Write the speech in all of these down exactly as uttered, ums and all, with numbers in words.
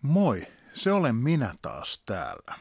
Moi, se olen minä taas täällä.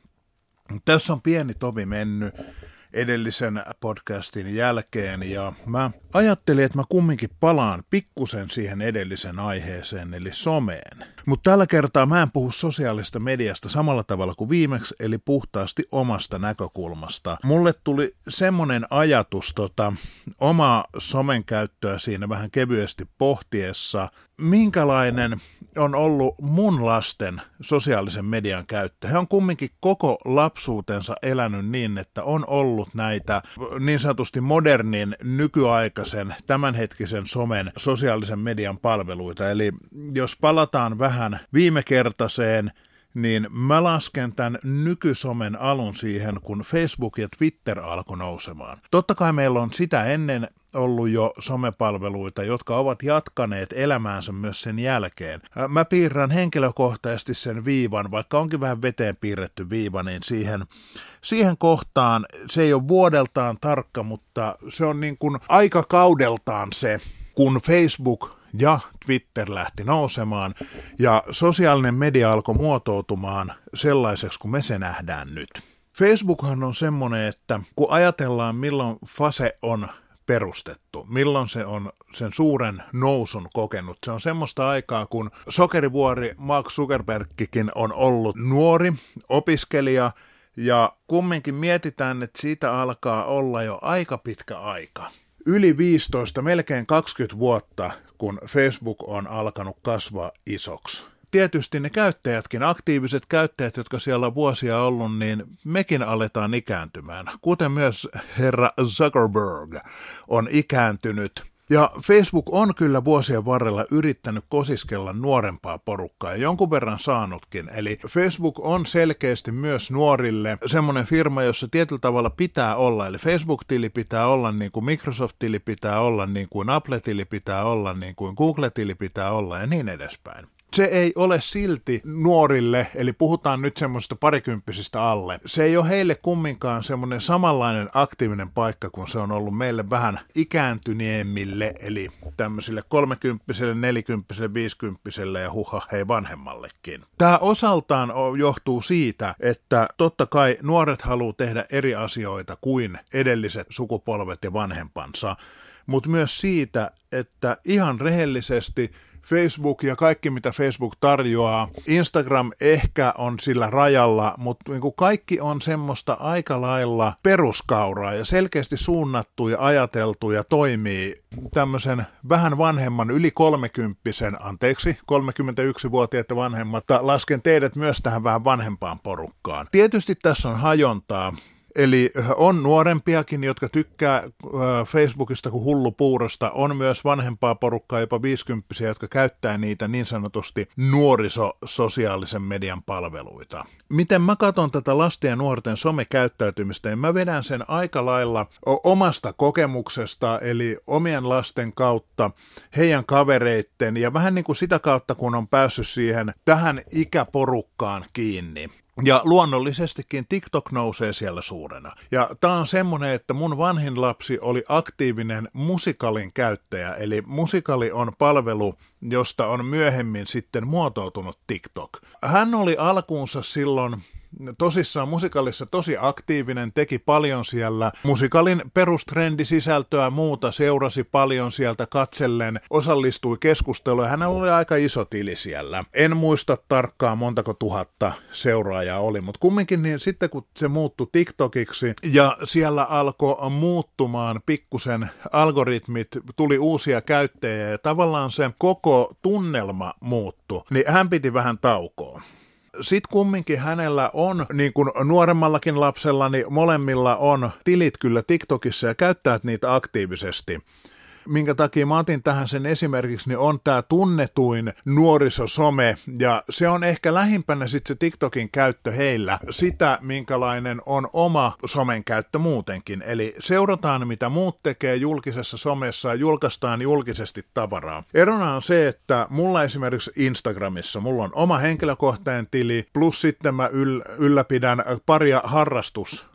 Tässä on pieni tovi mennyt edellisen podcastin jälkeen ja mä ajattelin, että mä kumminkin palaan pikkusen siihen edellisen aiheeseen eli someen. Mutta tällä kertaa mä en puhu sosiaalista mediasta samalla tavalla kuin viimeksi, eli puhtaasti omasta näkökulmasta. Mulle tuli semmonen ajatus tota, omaa somen käyttöä siinä vähän kevyesti pohtiessa, minkälainen on ollut mun lasten sosiaalisen median käyttö. He on kumminkin koko lapsuutensa elänyt niin, että on ollut näitä niin sanotusti modernin, nykyaikaisen, tämänhetkisen somen sosiaalisen median palveluita. Eli jos palataan vähän viimekertaiseen, niin mä lasken tämän nykysomen alun siihen, kun Facebook ja Twitter alkoi nousemaan. Totta kai meillä on sitä ennen ollut jo somepalveluita, jotka ovat jatkaneet elämäänsä myös sen jälkeen. Mä piirrän henkilökohtaisesti sen viivan, vaikka onkin vähän veteen piirretty viiva, niin siihen, siihen kohtaan, se ei ole vuodeltaan tarkka, mutta se on niin kuin aikakaudeltaan se, kun Facebook ja Twitter lähti nousemaan ja sosiaalinen media alkoi muotoutumaan sellaiseksi, kuin me se nähdään nyt. Facebookhan on semmoinen, että kun ajatellaan milloin Fase on perustettu, milloin se on sen suuren nousun kokenut. Se on semmoista aikaa, kun sokerivuori Mark Zuckerbergkin on ollut nuori opiskelija ja kumminkin mietitään, että siitä alkaa olla jo aika pitkä aika. Yli viisitoista, melkein kaksikymmentä vuotta, kun Facebook on alkanut kasvaa isoksi. Tietysti ne käyttäjätkin, aktiiviset käyttäjät, jotka siellä on vuosia ollut, niin mekin aletaan ikääntymään. Kuten myös herra Zuckerberg on ikääntynyt. Ja Facebook on kyllä vuosien varrella yrittänyt kosiskella nuorempaa porukkaa ja jonkun verran saanutkin. Eli Facebook on selkeästi myös nuorille semmoinen firma, jossa tietyllä tavalla pitää olla. Eli Facebook-tili pitää olla niin kuin Microsoft-tili pitää olla, niin kuin Apple-tili pitää olla, niin kuin Google-tili pitää olla ja niin edespäin. Se ei ole silti nuorille, eli puhutaan nyt semmoista parikymppisistä alle. Se ei ole heille kumminkaan semmoinen samanlainen aktiivinen paikka, kun se on ollut meille vähän ikääntyneemmille, eli tämmöisille kolmekymppisille, nelikymppisille, viisikymppisille ja huha hei vanhemmallekin. Tämä osaltaan johtuu siitä, että totta kai nuoret haluaa tehdä eri asioita kuin edelliset sukupolvet ja vanhempansa, mutta myös siitä, että ihan rehellisesti Facebook ja kaikki, mitä Facebook tarjoaa, Instagram ehkä on sillä rajalla, mutta niin kuin kaikki on semmoista aika lailla peruskauraa ja selkeästi suunnattu ja ajateltu ja toimii tämmöisen vähän vanhemman, yli kolmekymppisen, anteeksi, kolmekymmentäyksivuotiaat vanhemmat, lasken teidät myös tähän vähän vanhempaan porukkaan. Tietysti tässä on hajontaa. Eli on nuorempiakin, jotka tykkää Facebookista kuin hullupuurosta, on myös vanhempaa porukkaa, jopa viisikymppisiä, jotka käyttää niitä niin sanotusti nuorisososiaalisen median palveluita. Miten mä katson tätä lasten ja nuorten somekäyttäytymistä, niin mä vedän sen aika lailla omasta kokemuksesta, eli omien lasten kautta, heidän kavereitten ja vähän niin kuin sitä kautta, kun on päässyt siihen tähän ikäporukkaan kiinni. Ja luonnollisestikin TikTok nousee siellä suurena. Ja tää on semmoinen, että mun vanhin lapsi oli aktiivinen Musikalin käyttäjä, eli Musikali on palvelu, josta on myöhemmin sitten muotoutunut TikTok. Hän oli alkuunsa silloin tosissaan Musikalissa tosi aktiivinen, teki paljon siellä Musikalin perustrendisisältöä ja muuta, seurasi paljon sieltä katsellen, osallistui keskusteluun ja hänellä oli aika iso tili siellä. En muista tarkkaan montako tuhatta seuraajaa oli, mutta kumminkin niin sitten kun se muuttui TikTokiksi ja siellä alkoi muuttumaan pikkusen algoritmit, tuli uusia käyttäjiä ja tavallaan se koko tunnelma muuttui, niin hän piti vähän taukoa. Sitten kumminkin hänellä on, niin kuin nuoremmallakin lapsella, niin molemmilla on tilit kyllä TikTokissa ja käyttää niitä aktiivisesti. Minkä takia mä otin tähän sen esimerkiksi, niin on tämä tunnetuin nuorisosome, ja se on ehkä lähimpänä sitten se TikTokin käyttö heillä, sitä minkälainen on oma somen käyttö muutenkin. Eli seurataan, mitä muut tekee julkisessa somessa ja julkaistaan julkisesti tavaraa. Erona on se, että mulla esimerkiksi Instagramissa, mulla on oma henkilökohtainen tili, plus sitten mä yl- ylläpidän paria harrastus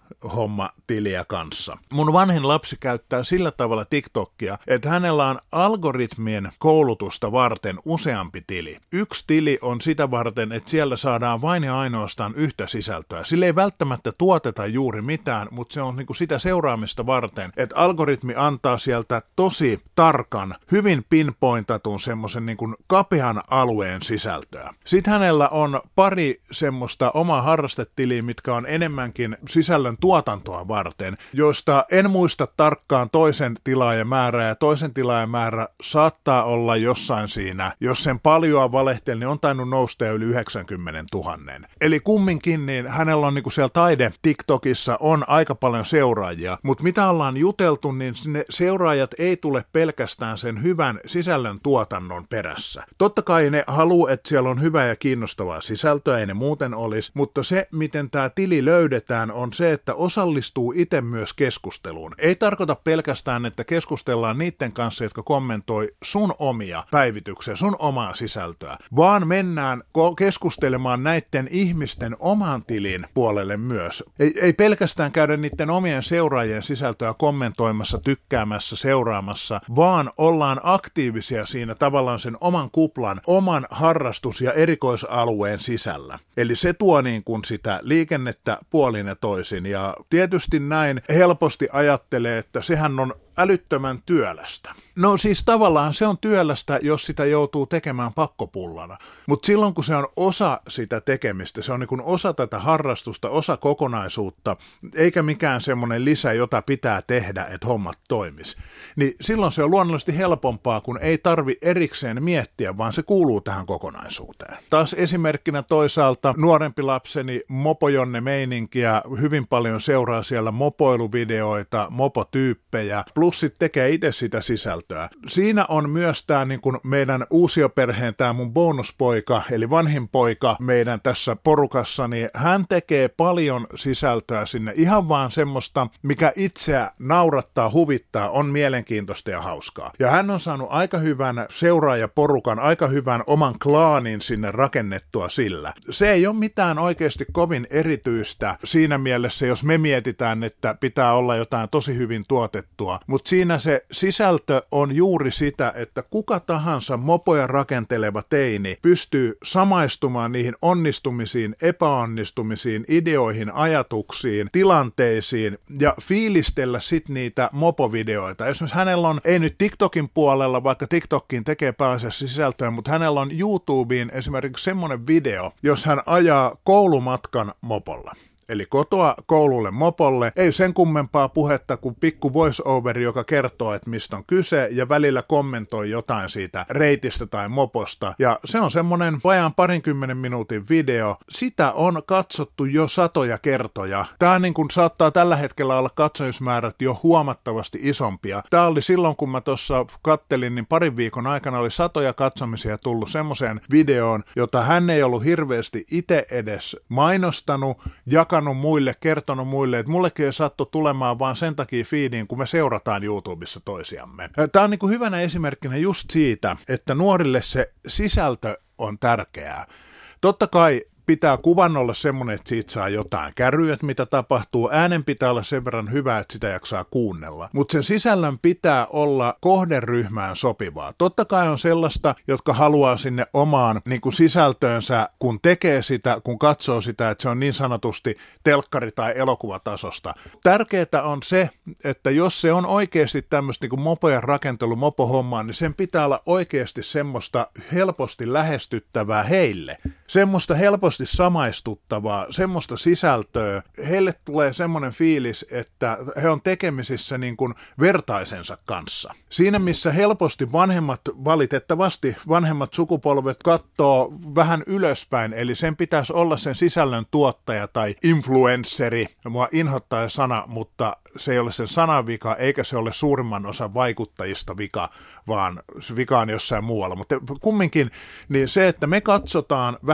hommatiliä kanssa. Mun vanhin lapsi käyttää sillä tavalla TikTokia, että hänellä on algoritmien koulutusta varten useampi tili. Yksi tili on sitä varten, että siellä saadaan vain ja ainoastaan yhtä sisältöä. Sillä ei välttämättä tuoteta juuri mitään, mutta se on niinku sitä seuraamista varten, että algoritmi antaa sieltä tosi tarkan, hyvin pinpointatun semmoisen niinku kapean alueen sisältöä. Sitten hänellä on pari semmoista omaa harrastetiliä, mitkä on enemmänkin sisällön tuotantoa varten, joista en muista tarkkaan toisen tilaajan määrää, ja toisen tilaajan määrä saattaa olla jossain siinä, jos sen paljoa valehteli, niin on tainnut nousta yli yhdeksänkymmentätuhatta. Eli kumminkin, niin hänellä on niinku siellä taide TikTokissa on aika paljon seuraajia, mutta mitä ollaan juteltu, niin ne seuraajat ei tule pelkästään sen hyvän sisällön tuotannon perässä. Totta kai ne haluaa, että siellä on hyvää ja kiinnostavaa sisältöä, ei ne muuten olisi, mutta se, miten tämä tili löydetään, on se, että osallistuu itse myös keskusteluun. Ei tarkoita pelkästään, että keskustellaan niiden kanssa, jotka kommentoi sun omia päivityksiä, sun omaa sisältöä, vaan mennään keskustelemaan näiden ihmisten oman tilin puolelle myös. Ei, ei pelkästään käydä niiden omien seuraajien sisältöä kommentoimassa, tykkäämässä, seuraamassa, vaan ollaan aktiivisia siinä tavallaan sen oman kuplan, oman harrastus- ja erikoisalueen sisällä. Eli se tuo niin kuin sitä liikennettä puolin ja toisin, ja tietysti näin helposti ajattelee, että sehän on älyttömän työlästä. No siis tavallaan se on työlästä, jos sitä joutuu tekemään pakkopullana, mutta silloin kun se on osa sitä tekemistä, se on niin kuin osa tätä harrastusta, osa kokonaisuutta, eikä mikään semmoinen lisä, jota pitää tehdä, että hommat toimis, niin silloin se on luonnollisesti helpompaa, kun ei tarvi erikseen miettiä, vaan se kuuluu tähän kokonaisuuteen. Taas esimerkkinä toisaalta nuorempi lapseni mopojonne meininkiä, hyvin paljon seuraa siellä mopoiluvideoita, mopotyyppejä, plus sitten tekee itse sitä sisältöä. Siinä on myös tämä niin kuin meidän uusioperheen, tämä mun bonuspoika, eli vanhin poika meidän tässä porukassa, niin hän tekee paljon sisältöä sinne, ihan vaan semmoista, mikä itseä naurattaa, huvittaa, on mielenkiintoista ja hauskaa. Ja hän on saanut aika hyvän seuraajaporukan, aika hyvän oman klaanin sinne rakennettua sillä. Se ei ole mitään oikeasti kovin erityistä siinä mielessä, jos me mietitään, että pitää olla jotain tosi hyvin tuotettua, mutta siinä se sisältö on juuri sitä, että kuka tahansa mopoja rakenteleva teini pystyy samaistumaan niihin onnistumisiin, epäonnistumisiin, ideoihin, ajatuksiin, tilanteisiin ja fiilistellä sit niitä mopovideoita. Esimerkiksi hänellä on, ei nyt TikTokin puolella, vaikka TikTokin tekee pääasiassa sisältöä, mutta hänellä on YouTubeen esimerkiksi semmoinen video, jos hän ajaa koulumatkan mopolla. Eli kotoa koululle mopolle, ei sen kummempaa puhetta kuin pikku voice-overi, joka kertoo, että mistä on kyse, ja välillä kommentoi jotain siitä reitistä tai moposta. Ja se on semmoinen vajaan parinkymmenen minuutin video. Sitä on katsottu jo satoja kertoja. Tämä niin kuin saattaa tällä hetkellä olla katsomismäärät jo huomattavasti isompia. Tämä oli silloin, kun mä tuossa kattelin, niin parin viikon aikana oli satoja katsomisia tullut semmoiseen videoon, jota hän ei ollut hirveästi itse edes mainostanut, jakanut muille, kertonut muille, että mullekin ei sattu tulemaan vaan sen takia feediin, kun me seurataan YouTubessa toisiamme. Tämä on niin kuin hyvänä esimerkkinä just siitä, että nuorille se sisältö on tärkeää. Totta kai pitää kuvan olla semmoinen, että siitä saa jotain kärryä, että mitä tapahtuu. Äänen pitää olla sen verran hyvä, että sitä jaksaa kuunnella. Mutta sen sisällön pitää olla kohderyhmään sopivaa. Totta kai on sellaista, jotka haluaa sinne omaan niin kuin sisältöönsä, kun tekee sitä, kun katsoo sitä, että se on niin sanotusti telkkari- tai elokuvatasosta. Tärkeää on se, että jos se on oikeasti tämmöistä niin kuin mopojen rakentelu, mopohommaa, niin sen pitää olla oikeasti semmoista helposti lähestyttävää heille. Semmoista helposti samaistuttavaa, semmoista sisältöä. Heille tulee semmoinen fiilis, että he on tekemisissä niin kuin vertaisensa kanssa. Siinä, missä helposti vanhemmat, valitettavasti vanhemmat sukupolvet katsoo vähän ylöspäin, eli sen pitäisi olla sen sisällön tuottaja tai influensseri. Mua inhottaa sana, mutta se ei ole sen sanan vika, eikä se ole suurimman osan vaikuttajista vika, vaan vika on jossain muualla. Mutta kumminkin niin se, että me katsotaan vähän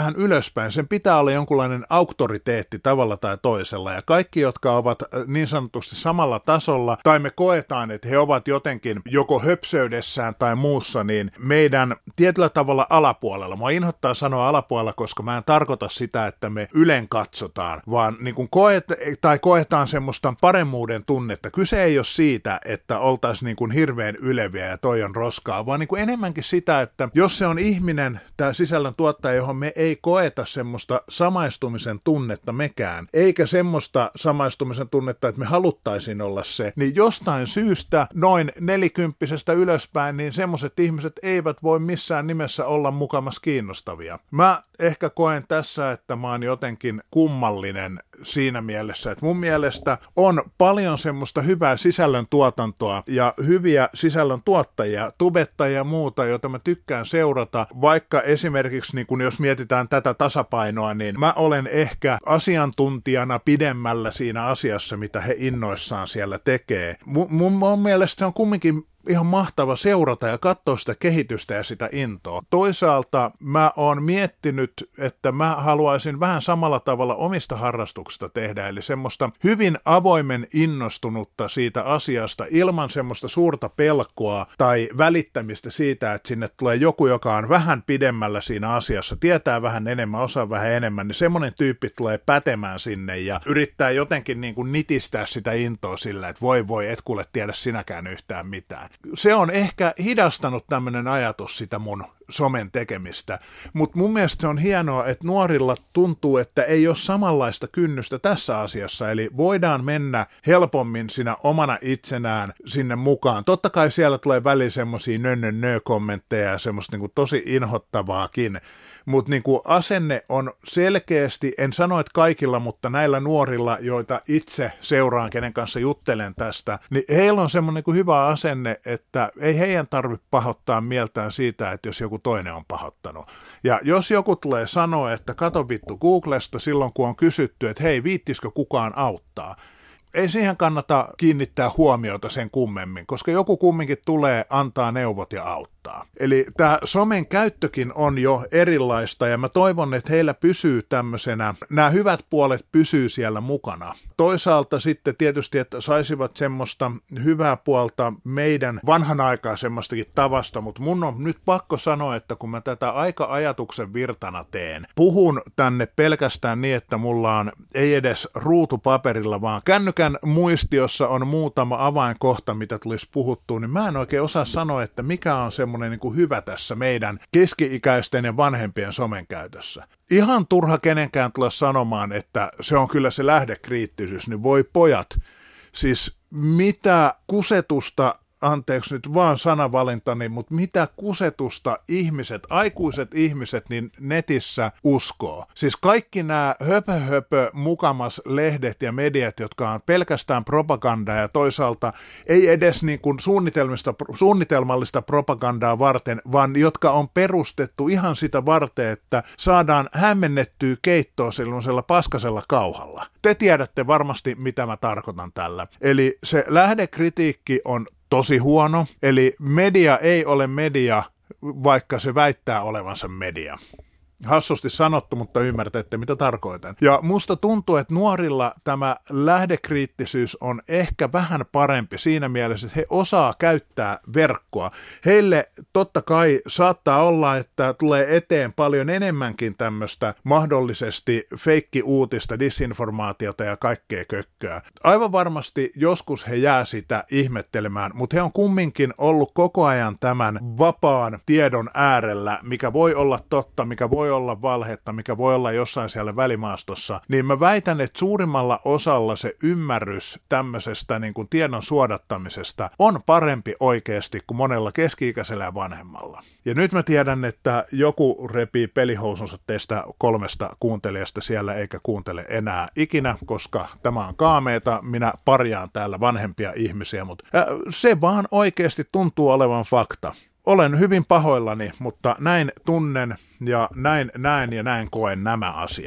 vähän ylöspäin. Sen pitää olla jonkunlainen auktoriteetti tavalla tai toisella. Ja kaikki, jotka ovat niin sanotusti samalla tasolla, tai me koetaan, että he ovat jotenkin joko höpsöydessään tai muussa, niin meidän tietyllä tavalla alapuolella. Mua inhottaa sanoa alapuolella, koska mä en tarkoita sitä, että me ylen katsotaan, vaan niin kuin koet, tai koetaan semmoista paremmuuden tunnetta. Kyse ei ole siitä, että oltaisiin niin kuin hirveän yleviä ja toi on roskaa, vaan niin kuin enemmänkin sitä, että jos se on ihminen, tämä sisällön tuottaja, johon me ei koeta semmoista samaistumisen tunnetta mekään, eikä semmoista samaistumisen tunnetta, että me haluttaisiin olla se, niin jostain syystä noin nelikymppisestä ylöspäin, niin semmoiset ihmiset eivät voi missään nimessä olla mukamas kiinnostavia. Mä ehkä koen tässä, että mä oon jotenkin kummallinen siinä mielessä, että mun mielestä on paljon semmoista hyvää sisällön tuotantoa ja hyviä sisällön tuottajia, tubettajia ja muuta, joita mä tykkään seurata, vaikka esimerkiksi niin kun jos mietitään tätä tasapainoa, niin mä olen ehkä asiantuntijana pidemmällä siinä asiassa, mitä he innoissaan siellä tekee. Mun, mun, mun mielestä se on kumminkin ihan mahtava seurata ja katsoa sitä kehitystä ja sitä intoa. Toisaalta mä oon miettinyt, että mä haluaisin vähän samalla tavalla omista harrastuksista tehdä, eli semmoista hyvin avoimen innostunutta siitä asiasta ilman semmoista suurta pelkoa tai välittämistä siitä, että sinne tulee joku, joka on vähän pidemmällä siinä asiassa, tietää vähän enemmän, osaa vähän enemmän, niin semmoinen tyyppi tulee pätemään sinne ja yrittää jotenkin niin kuin nitistää sitä intoa sillä, että voi voi, et kuule tiedä sinäkään yhtään mitään. Se on ehkä hidastanut tämmöinen ajatus sitä mun somen tekemistä, mutta mun mielestä se on hienoa, että nuorilla tuntuu, että ei ole samanlaista kynnystä tässä asiassa, eli voidaan mennä helpommin siinä omana itsenään sinne mukaan. Totta kai siellä tulee väliin semmoisia nö-nö-nö-kommentteja ja semmoista niinku tosi inhottavaakin, mutta niinku asenne on selkeästi, en sano, että kaikilla, mutta näillä nuorilla, joita itse seuraan, kenen kanssa juttelen tästä, niin heillä on semmoinen niinku hyvä asenne, että ei heidän tarvitse pahoittaa mieltään siitä, että jos joku toinen on pahoittanut. Ja jos joku tulee sanoa, että kato vittu Googlesta silloin, kun on kysytty, että hei, viittisikö kukaan auttaa, ei siihen kannata kiinnittää huomiota sen kummemmin, koska joku kumminkin tulee antaa neuvot ja auttaa. Eli tämä somen käyttökin on jo erilaista ja mä toivon, että heillä pysyy tämmöisenä, nämä hyvät puolet pysyy siellä mukana. Toisaalta sitten tietysti, että saisivat semmoista hyvää puolta meidän vanhanaikaisemmastakin tavasta, mutta mun on nyt pakko sanoa, että kun mä tätä aika ajatuksen virtana teen, puhun tänne pelkästään niin, että mulla on ei edes ruutupaperilla, vaan kännykän muistiossa on muutama avainkohta, mitä tulisi puhuttua, niin mä en oikein osaa sanoa, että mikä on semmoinen niin kuin hyvä tässä meidän keski-ikäisten ja vanhempien somen käytössä. Ihan turha kenenkään tulla sanomaan, että se on kyllä se lähdekriittisyys, niin voi pojat, siis mitä kusetusta, anteeksi nyt vaan sanavalintani, mutta mitä kusetusta ihmiset, aikuiset ihmiset niin netissä uskoo. Siis kaikki nämä höpö höpö mukamas lehdet ja mediat, jotka on pelkästään propagandaa ja toisaalta ei edes niin kuin suunnitelmallista propagandaa varten, vaan jotka on perustettu ihan sitä varten, että saadaan hämmennettyä keittoa sellaisella paskasella kauhalla. Te tiedätte varmasti, mitä mä tarkoitan tällä. Eli se lähdekritiikki on tosi huono, eli media ei ole media, vaikka se väittää olevansa media. Hassusti sanottu, mutta ymmärrätte, mitä tarkoitan. Ja musta tuntuu, että nuorilla tämä lähdekriittisyys on ehkä vähän parempi siinä mielessä, että he osaa käyttää verkkoa. Heille totta kai saattaa olla, että tulee eteen paljon enemmänkin tämmöistä mahdollisesti feikki-uutista, disinformaatiota ja kaikkea kökköä. Aivan varmasti joskus he jää sitä ihmettelemään, mutta he on kumminkin ollut koko ajan tämän vapaan tiedon äärellä, mikä voi olla totta, mikä voi olla valhetta, mikä voi olla jossain siellä välimaastossa, niin mä väitän, että suurimmalla osalla se ymmärrys tämmöisestä niin kuin tiedon suodattamisesta on parempi oikeasti kuin monella keski-ikäisellä ja vanhemmalla. Ja nyt mä tiedän, että joku repii pelihousunsa teistä kolmesta kuuntelijasta siellä eikä kuuntele enää ikinä, koska tämä on kaameeta, minä parjaan täällä vanhempia ihmisiä, mutta se vaan oikeasti tuntuu olevan fakta. Olen hyvin pahoillani, mutta näin tunnen ja näin näen ja näin koen nämä asiat.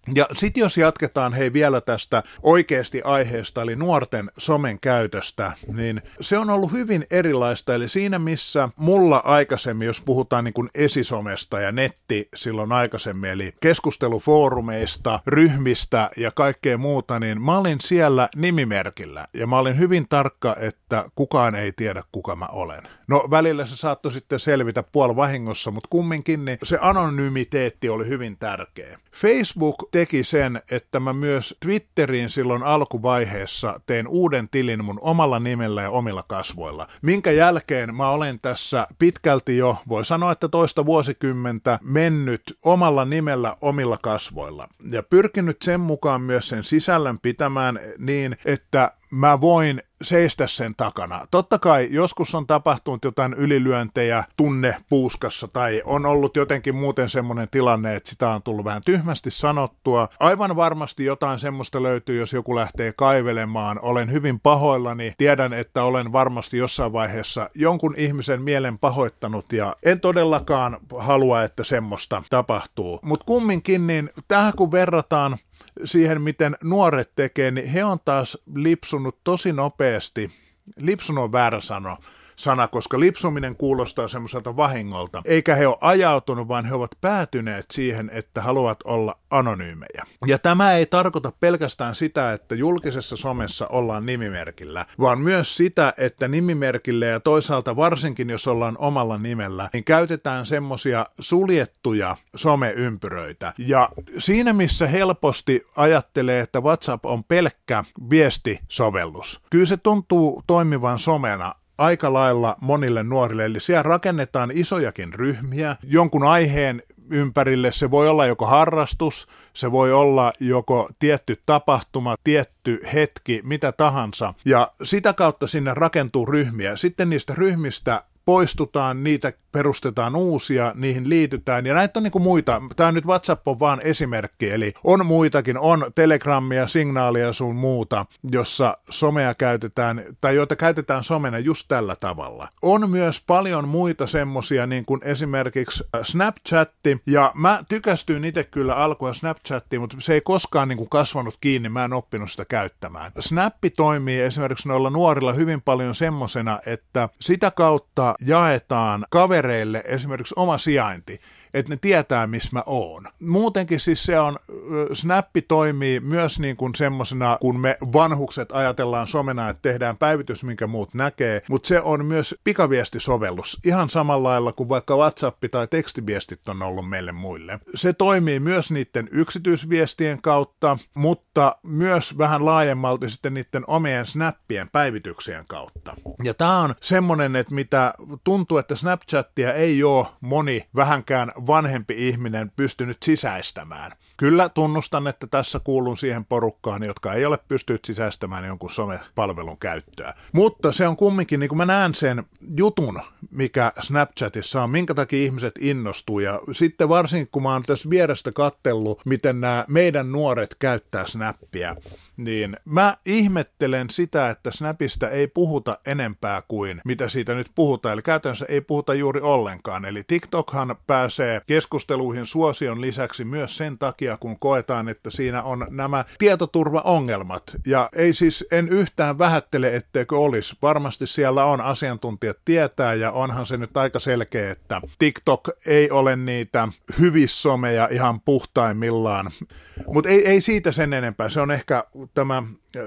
Ja sitten jos jatketaan hei vielä tästä oikeasti aiheesta, eli nuorten somen käytöstä, niin se on ollut hyvin erilaista, eli siinä missä mulla aikaisemmin, jos puhutaan niin kuin esisomesta ja netti silloin aikaisemmin, eli keskustelufoorumeista, ryhmistä ja kaikkea muuta, niin mä olin siellä nimimerkillä, ja mä olin hyvin tarkka, että kukaan ei tiedä, kuka mä olen. No välillä se saattoi sitten selvitä puolivahingossa, mutta kumminkin niin se anonymiteetti oli hyvin tärkeä. Facebook teki sen, että mä myös Twitteriin silloin alkuvaiheessa tein uuden tilin mun omalla nimellä ja omilla kasvoilla, minkä jälkeen mä olen tässä pitkälti jo, voi sanoa, että toista vuosikymmentä mennyt omalla nimellä omilla kasvoilla ja pyrkinyt sen mukaan myös sen sisällön pitämään niin, että mä voin seistä sen takana. Totta kai joskus on tapahtunut jotain ylilyöntejä tunnepuuskassa tai on ollut jotenkin muuten semmoinen tilanne, että sitä on tullut vähän tyhmästi sanottua. Aivan varmasti jotain semmoista löytyy, jos joku lähtee kaivelemaan. Olen hyvin pahoillani. Tiedän, että olen varmasti jossain vaiheessa jonkun ihmisen mielen pahoittanut ja en todellakaan halua, että semmoista tapahtuu. Mutta kumminkin, niin tähän kun verrataan siihen, miten nuoret tekee, niin he on taas lipsunut tosi nopeasti. Lipsunut on väärä sano, sana, koska lipsuminen kuulostaa semmoiselta vahingolta. Eikä he ole ajautunut, vaan he ovat päätyneet siihen, että haluavat olla anonyymejä. Ja tämä ei tarkoita pelkästään sitä, että julkisessa somessa ollaan nimimerkillä, vaan myös sitä, että nimimerkillä ja toisaalta varsinkin, jos ollaan omalla nimellä, niin käytetään semmoisia suljettuja someympyröitä. Ja siinä, missä helposti ajattelee, että WhatsApp on pelkkä viestisovellus, kyllä se tuntuu toimivan somena aika lailla monille nuorille, eli siellä rakennetaan isojakin ryhmiä, jonkun aiheen ympärille, se voi olla joko harrastus, se voi olla joko tietty tapahtuma, tietty hetki, mitä tahansa, ja sitä kautta sinne rakentuu ryhmiä. Sitten niistä ryhmistä poistutaan, niitä perustetaan uusia, niihin liitytään, ja näitä on niin kuin muita. Tämä nyt WhatsApp on vaan esimerkki, eli on muitakin, on Telegramia, Signaalia sun muuta, jossa somea käytetään, tai joita käytetään somena just tällä tavalla. On myös paljon muita semmosia, niin kuin esimerkiksi Snapchatti, ja mä tykästyin itse kyllä alkuun Snapchattiin, mutta se ei koskaan niin kuin kasvanut kiinni, mä en oppinut sitä käyttämään. Snappi toimii esimerkiksi noilla nuorilla hyvin paljon semmosena, että sitä kautta jaetaan kavereille esimerkiksi oma sijainti, että ne tietää, missä mä oon. Muutenkin siis se on, Snappi toimii myös niin kuin semmosena, kun me vanhukset ajatellaan somena, että tehdään päivitys, minkä muut näkee, mutta se on myös pikaviestisovellus, ihan samalla lailla kuin vaikka WhatsApp tai tekstiviestit on ollut meille muille. Se toimii myös niiden yksityisviestien kautta, mutta myös vähän laajemmalti sitten niiden omien snappien päivityksien kautta. Ja tää on semmonen, että mitä tuntuu, että Snapchattia ei ole moni vähänkään vanhempi ihminen pystynyt sisäistämään. Kyllä tunnustan, että tässä kuulun siihen porukkaan, jotka ei ole pystynyt sisäistämään jonkun somepalvelun käyttöä. Mutta se on kumminkin, niin kuin mä näen sen jutun, mikä Snapchatissa on, minkä takia ihmiset innostuu. Ja sitten varsinkin, kun mä oon tässä vierestä katsellut, miten nämä meidän nuoret käyttää Snappia, niin mä ihmettelen sitä, että Snapista ei puhuta enempää kuin mitä siitä nyt puhutaan. Eli käytännössä ei puhuta juuri ollenkaan. Eli TikTokhan pääsee keskusteluihin suosion lisäksi myös sen takia, kun koetaan, että siinä on nämä tietoturvaongelmat. Ja ei siis, en yhtään vähättele, etteikö olisi. Varmasti siellä on, asiantuntijat tietää, ja onhan se nyt aika selkeä, että TikTok ei ole niitä hyvissomeja ihan puhtaimmillaan. Mutta ei, ei siitä sen enempää. Se on ehkä tämä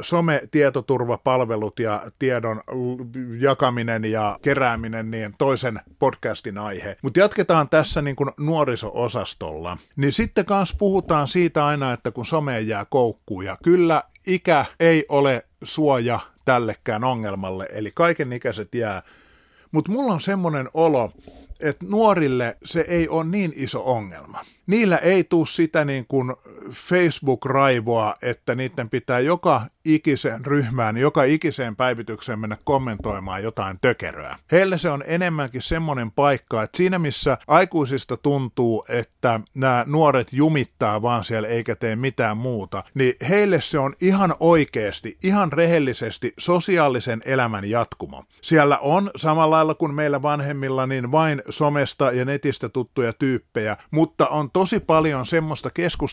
some-tietoturvapalvelut ja tiedon jakaminen ja kerääminen niin toisen podcastin aihe. Mutta jatketaan tässä niin kuin nuoriso-osastolla. Niin sitten kanssa puhutaan siitä aina, että kun someen jää koukkuun, ja kyllä ikä ei ole suoja tällekään ongelmalle, eli kaiken ikäiset jää. Mutta mulla on semmoinen olo, että nuorille se ei ole niin iso ongelma. Niillä ei tule sitä niin kuin Facebook-raivoa, että niiden pitää joka ikiseen ryhmään, joka ikiseen päivitykseen mennä kommentoimaan jotain tökeröä. Heille se on enemmänkin semmoinen paikka, että siinä missä aikuisista tuntuu, että nämä nuoret jumittaa vaan siellä eikä tee mitään muuta, niin heille se on ihan oikeasti, ihan rehellisesti sosiaalisen elämän jatkumo. Siellä on samalla lailla kuin meillä vanhemmilla niin vain somesta ja netistä tuttuja tyyppejä, mutta on tosi paljon semmoista keskustelua, mitä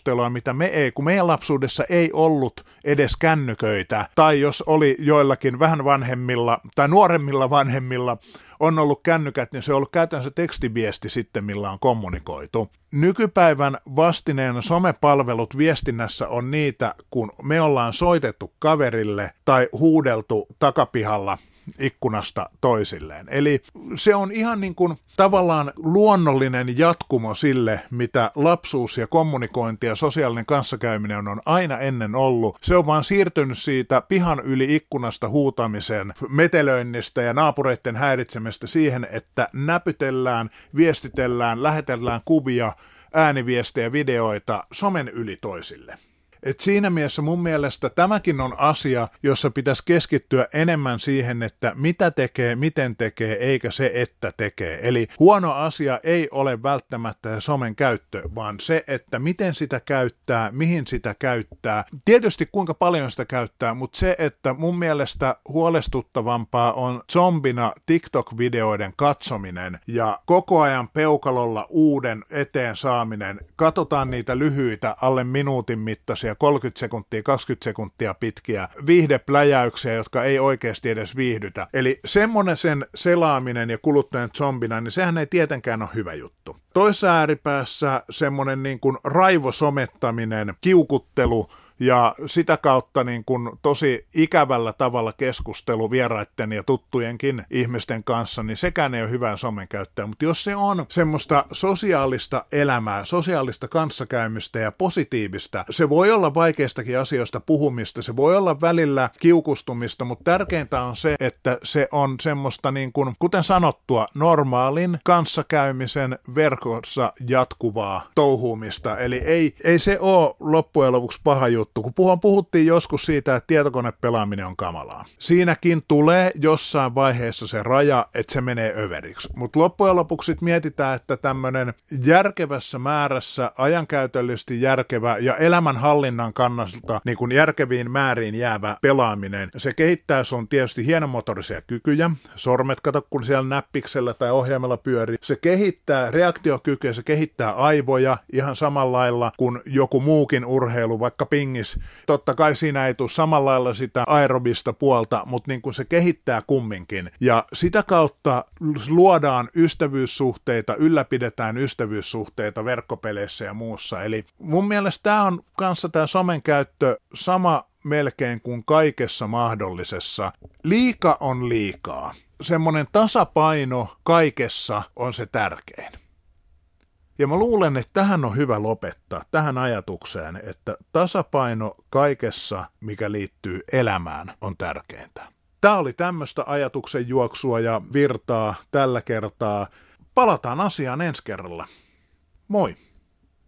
mitä me ei, kun meidän lapsuudessa ei ollut edes kännyköitä, tai jos oli joillakin vähän vanhemmilla tai nuoremmilla vanhemmilla on ollut kännykät, niin se on ollut käytännössä tekstiviesti sitten, millä on kommunikoitu. Nykypäivän vastineena somepalvelut viestinnässä on niitä, kun me ollaan soitettu kaverille tai huudeltu takapihalla ikkunasta toisilleen. Eli se on ihan niin kuin tavallaan luonnollinen jatkumo sille, mitä lapsuus ja kommunikointi ja sosiaalinen kanssakäyminen on aina ennen ollut. Se on vaan siirtynyt siitä pihan yli ikkunasta huutamisen, metelöinnistä ja naapureiden häiritsemestä siihen, että näpytellään, viestitellään, lähetellään kuvia, ääniviestejä, videoita somen yli toisille. Et siinä mielessä mun mielestä tämäkin on asia, jossa pitäisi keskittyä enemmän siihen, että mitä tekee, miten tekee, eikä se, että tekee. Eli huono asia ei ole välttämättä somen käyttö, vaan se, että miten sitä käyttää, mihin sitä käyttää. Tietysti kuinka paljon sitä käyttää, mutta se, että mun mielestä huolestuttavampaa on zombina TikTok-videoiden katsominen ja koko ajan peukalolla uuden eteen saaminen. Katsotaan niitä lyhyitä alle minuutin mittaisia kolmekymmentä sekuntia, kaksikymmentä sekuntia pitkiä viihdepläjäyksiä, jotka ei oikeasti edes viihdytä. Eli semmoinen sen selaaminen ja kuluttajan zombina, niin sehän ei tietenkään ole hyvä juttu. Toisessa ääripäässä semmoinen niin kuin raivosomettaminen, kiukuttelu, ja sitä kautta niin kuin tosi ikävällä tavalla keskustelu vieraiden ja tuttujenkin ihmisten kanssa, niin sekään ei ole hyvää somen käyttöä. Mutta jos se on semmoista sosiaalista elämää, sosiaalista kanssakäymistä ja positiivista, se voi olla vaikeistakin asioista puhumista, se voi olla välillä kiukustumista, mutta tärkeintä on se, että se on semmoista niin kuin, kuten sanottua, normaalin kanssakäymisen verkossa jatkuvaa touhuumista. Eli ei, ei se ole loppujen lopuksi paha juttu. Kun puhuttiin joskus siitä, että tietokonepelaaminen on kamalaa. Siinäkin tulee jossain vaiheessa se raja, että se menee överiksi. Mutta loppujen lopuksi mietitään, että tämmöinen järkevässä määrässä, ajankäytöllisesti järkevä ja elämänhallinnan kannalta niin kuin järkeviin määriin jäävä pelaaminen, se kehittää sun tietysti hienomotorisia kykyjä. Sormet, kato kun siellä näppiksellä tai ohjaimella pyörii. Se kehittää reaktiokykyä, se kehittää aivoja ihan samalla lailla kuin joku muukin urheilu, vaikka pingi. Totta kai siinä ei tule samalla lailla sitä aerobista puolta, mutta niin kuin se kehittää kumminkin. Ja sitä kautta luodaan ystävyyssuhteita, ylläpidetään ystävyyssuhteita verkkopeleissä ja muussa. Eli mun mielestä tämä on kanssa tämä somen käyttö sama melkein kuin kaikessa mahdollisessa. Liika on liikaa. Semmoinen tasapaino kaikessa on se tärkein. Ja mä luulen, että tähän on hyvä lopettaa, tähän ajatukseen, että tasapaino kaikessa, mikä liittyy elämään, on tärkeintä. Tämä oli tämmöistä ajatuksen juoksua ja virtaa tällä kertaa. Palataan asiaan ensi kerralla. Moi!